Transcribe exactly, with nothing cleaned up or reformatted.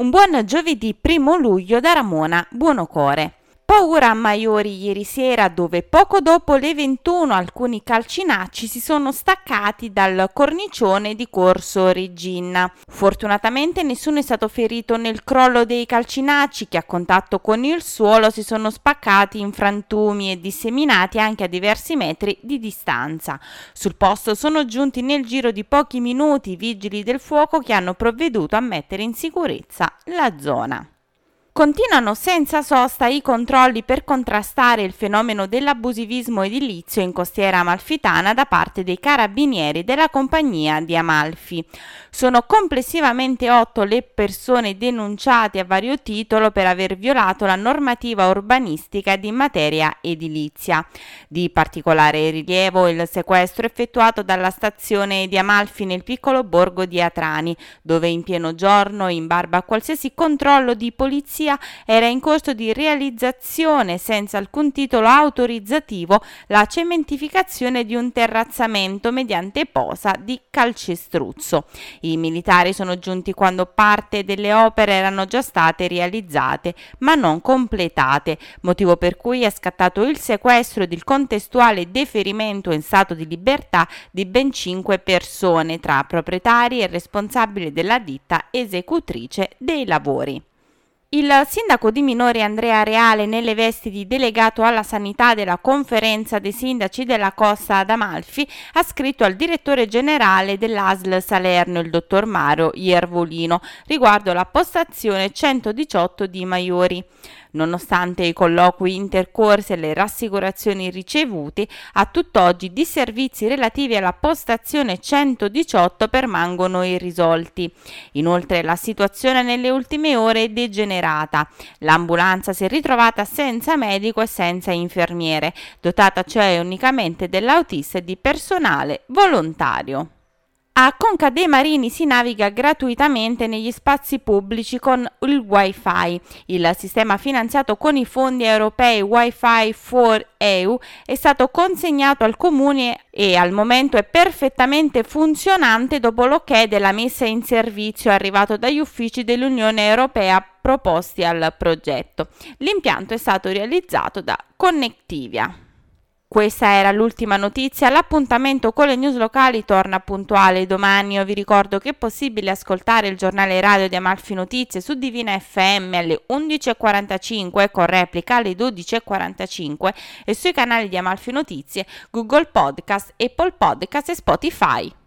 Un buon giovedì primo luglio da Ramona Buonocore. Paura a Maiori ieri sera, dove poco dopo le ventuno alcuni calcinacci si sono staccati dal cornicione di Corso Regina. Fortunatamente nessuno è stato ferito nel crollo dei calcinacci, che a contatto con il suolo si sono spaccati in frantumi e disseminati anche a diversi metri di distanza. Sul posto sono giunti nel giro di pochi minuti i vigili del fuoco, che hanno provveduto a mettere in sicurezza la zona. Continuano senza sosta i controlli per contrastare il fenomeno dell'abusivismo edilizio in costiera amalfitana da parte dei carabinieri della compagnia di Amalfi. Sono complessivamente otto le persone denunciate a vario titolo per aver violato la normativa urbanistica di materia edilizia. Di particolare rilievo il sequestro effettuato dalla stazione di Amalfi nel piccolo borgo di Atrani, dove in pieno giorno, in barba a qualsiasi controllo di polizia, era in corso di realizzazione senza alcun titolo autorizzativo la cementificazione di un terrazzamento mediante posa di calcestruzzo. I militari sono giunti quando parte delle opere erano già state realizzate ma non completate, motivo per cui è scattato il sequestro ed il contestuale deferimento in stato di libertà di ben cinque persone, tra proprietari e responsabili della ditta esecutrice dei lavori. Il sindaco di Minori Andrea Reale, nelle vesti di delegato alla sanità della conferenza dei sindaci della Costa ad Amalfi, ha scritto al direttore generale dell'A S L Salerno, il dottor Mario Iervolino, riguardo la postazione centodiciotto di Maiori. Nonostante i colloqui intercorsi e le rassicurazioni ricevute, a tutt'oggi i disservizi relativi alla postazione centodiciotto permangono irrisolti. Inoltre la situazione nelle ultime ore è degenerata. L'ambulanza si è ritrovata senza medico e senza infermiere, dotata cioè unicamente dell'autista e di personale volontario. A Conca dei Marini si naviga gratuitamente negli spazi pubblici con il Wi-Fi. Il sistema finanziato con i fondi europei Wi-Fi for E U è stato consegnato al comune e al momento è perfettamente funzionante dopo l'ok della messa in servizio arrivato dagli uffici dell'Unione Europea proposti al progetto. L'impianto è stato realizzato da Connectivia. Questa era l'ultima notizia, l'appuntamento con le news locali torna puntuale domani. Io vi ricordo che è possibile ascoltare il giornale radio di Amalfi Notizie su Divina F M alle undici e quarantacinque con replica alle dodici e quarantacinque e sui canali di Amalfi Notizie, Google Podcast, Apple Podcast e Spotify.